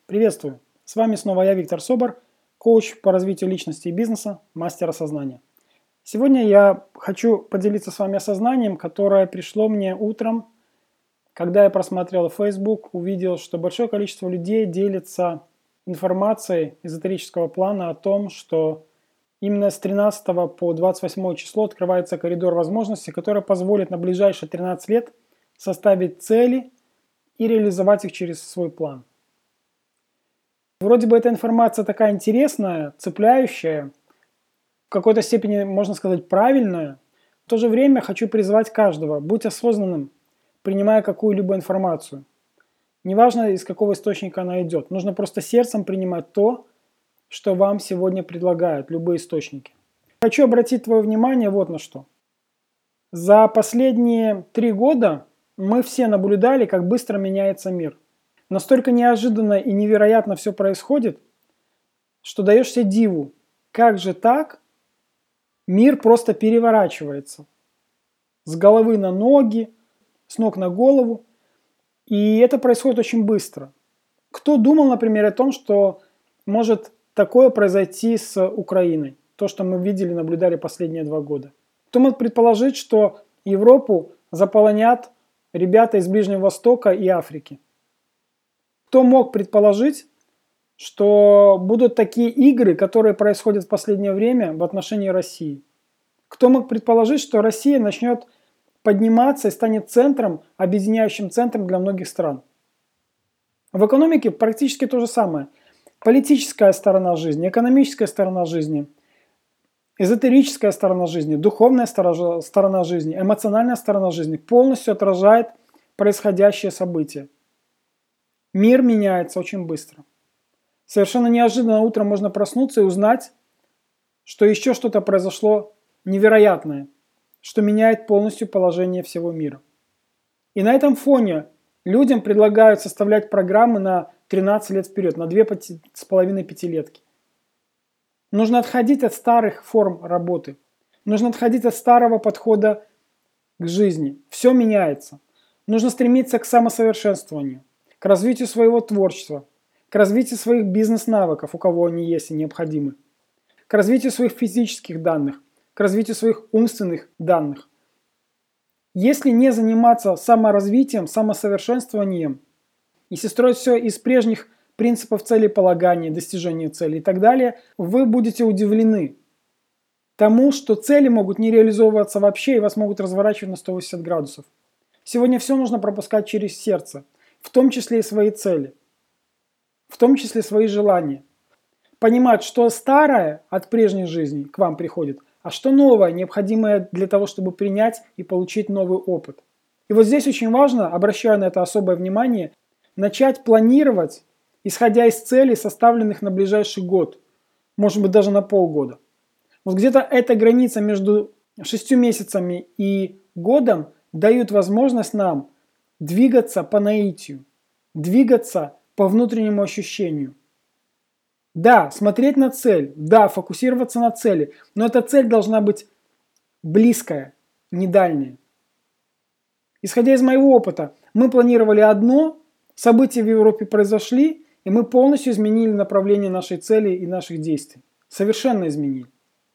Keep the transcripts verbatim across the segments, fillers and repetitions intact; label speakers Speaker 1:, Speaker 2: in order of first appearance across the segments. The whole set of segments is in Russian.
Speaker 1: Приветствую! С вами снова я, Виктор Собор, коуч по развитию личности и бизнеса, мастер осознания. Сегодня я хочу поделиться с вами осознанием, которое пришло мне утром, когда я просмотрел Facebook, увидел, что большое количество людей делится информацией эзотерического плана о том, что именно с тринадцатого по двадцать восьмое число открывается коридор возможностей, который позволит на ближайшие тринадцать лет составить цели и реализовать их через свой план. Вроде бы эта информация такая интересная, цепляющая, в какой-то степени, можно сказать, правильная. В то же время хочу призвать каждого, будь осознанным, принимая какую-либо информацию. Неважно, из какого источника она идет. Нужно просто сердцем принимать то, что вам сегодня предлагают, любые источники. Хочу обратить твое внимание вот на что. За последние три года мы все наблюдали, как быстро меняется мир. Настолько неожиданно и невероятно все происходит, что даешься диву. Как же так? Мир просто переворачивается. С головы на ноги, с ног на голову. И это происходит очень быстро. Кто думал, например, о том, что может такое произойти с Украиной? То, что мы видели, наблюдали последние два года. Кто мог предположить, что Европу заполонят ребята из Ближнего Востока и Африки? Кто мог предположить, что будут такие игры, которые происходят в последнее время в отношении России? Кто мог предположить, что Россия начнет подниматься и станет центром, объединяющим центром для многих стран? В экономике практически то же самое. Политическая сторона жизни, экономическая сторона жизни, эзотерическая сторона жизни, духовная сторона жизни, эмоциональная сторона жизни полностью отражает происходящее событие. Мир меняется очень быстро. Совершенно неожиданно утром можно проснуться и узнать, что еще что-то произошло невероятное, что меняет полностью положение всего мира. И на этом фоне людям предлагают составлять программы на тринадцать лет вперед, на две с половиной пятилетки. Нужно отходить от старых форм работы. Нужно отходить от старого подхода к жизни. Все меняется. Нужно стремиться к самосовершенствованию, к развитию своего творчества, к развитию своих бизнес-навыков, у кого они есть и необходимы, к развитию своих физических данных, к развитию своих умственных данных. Если не заниматься саморазвитием, самосовершенствованием, если строить все из прежних принципов целеполагания, достижения цели и так далее, вы будете удивлены тому, что цели могут не реализовываться вообще и вас могут разворачивать на сто восемьдесят градусов. Сегодня все нужно пропускать через сердце, в том числе и свои цели, в том числе свои желания. Понимать, что старое от прежней жизни к вам приходит, а что новое, необходимое для того, чтобы принять и получить новый опыт. И вот здесь очень важно, обращая на это особое внимание, начать планировать, исходя из целей, составленных на ближайший год, может быть даже на полгода. Вот где-то эта граница между шестью месяцами и годом дает возможность нам двигаться по наитию, двигаться по внутреннему ощущению. Да, смотреть на цель, да, фокусироваться на цели, но эта цель должна быть близкая, не дальняя. Исходя из моего опыта, мы планировали одно, события в Европе произошли, и мы полностью изменили направление нашей цели и наших действий. Совершенно изменили.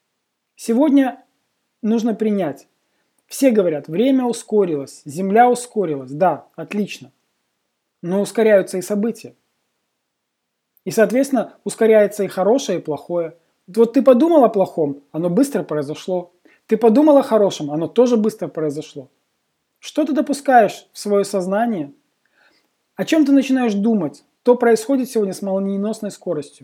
Speaker 1: Сегодня нужно принять. Все говорят, время ускорилось, Земля ускорилась. Да, отлично. Но ускоряются и события. И, соответственно, ускоряется и хорошее, и плохое. Вот ты подумал о плохом, оно быстро произошло. Ты подумал о хорошем, оно тоже быстро произошло. Что ты допускаешь в свое сознание? О чем ты начинаешь думать? То происходит сегодня с молниеносной скоростью.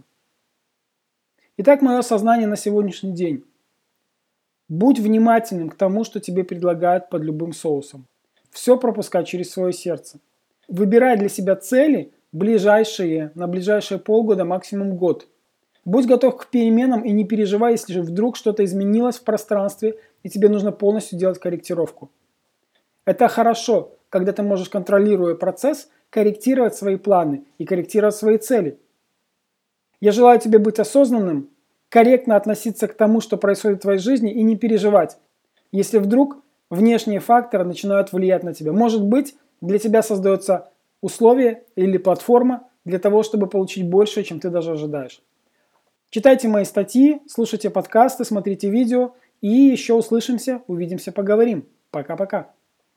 Speaker 1: Итак, мое сознание на сегодняшний день. Будь внимательным к тому, что тебе предлагают под любым соусом. Все пропускай через свое сердце. Выбирай для себя цели, ближайшие, на ближайшие полгода, максимум год. Будь готов к переменам и не переживай, если же вдруг что-то изменилось в пространстве, и тебе нужно полностью делать корректировку. Это хорошо, когда ты можешь, контролируя процесс, корректировать свои планы и корректировать свои цели. Я желаю тебе быть осознанным, корректно относиться к тому, что происходит в твоей жизни, и не переживать, если вдруг внешние факторы начинают влиять на тебя. Может быть, для тебя создается условие или платформа, для того, чтобы получить больше, чем ты даже ожидаешь. Читайте мои статьи, слушайте подкасты, смотрите видео и еще услышимся, увидимся, поговорим. Пока-пока.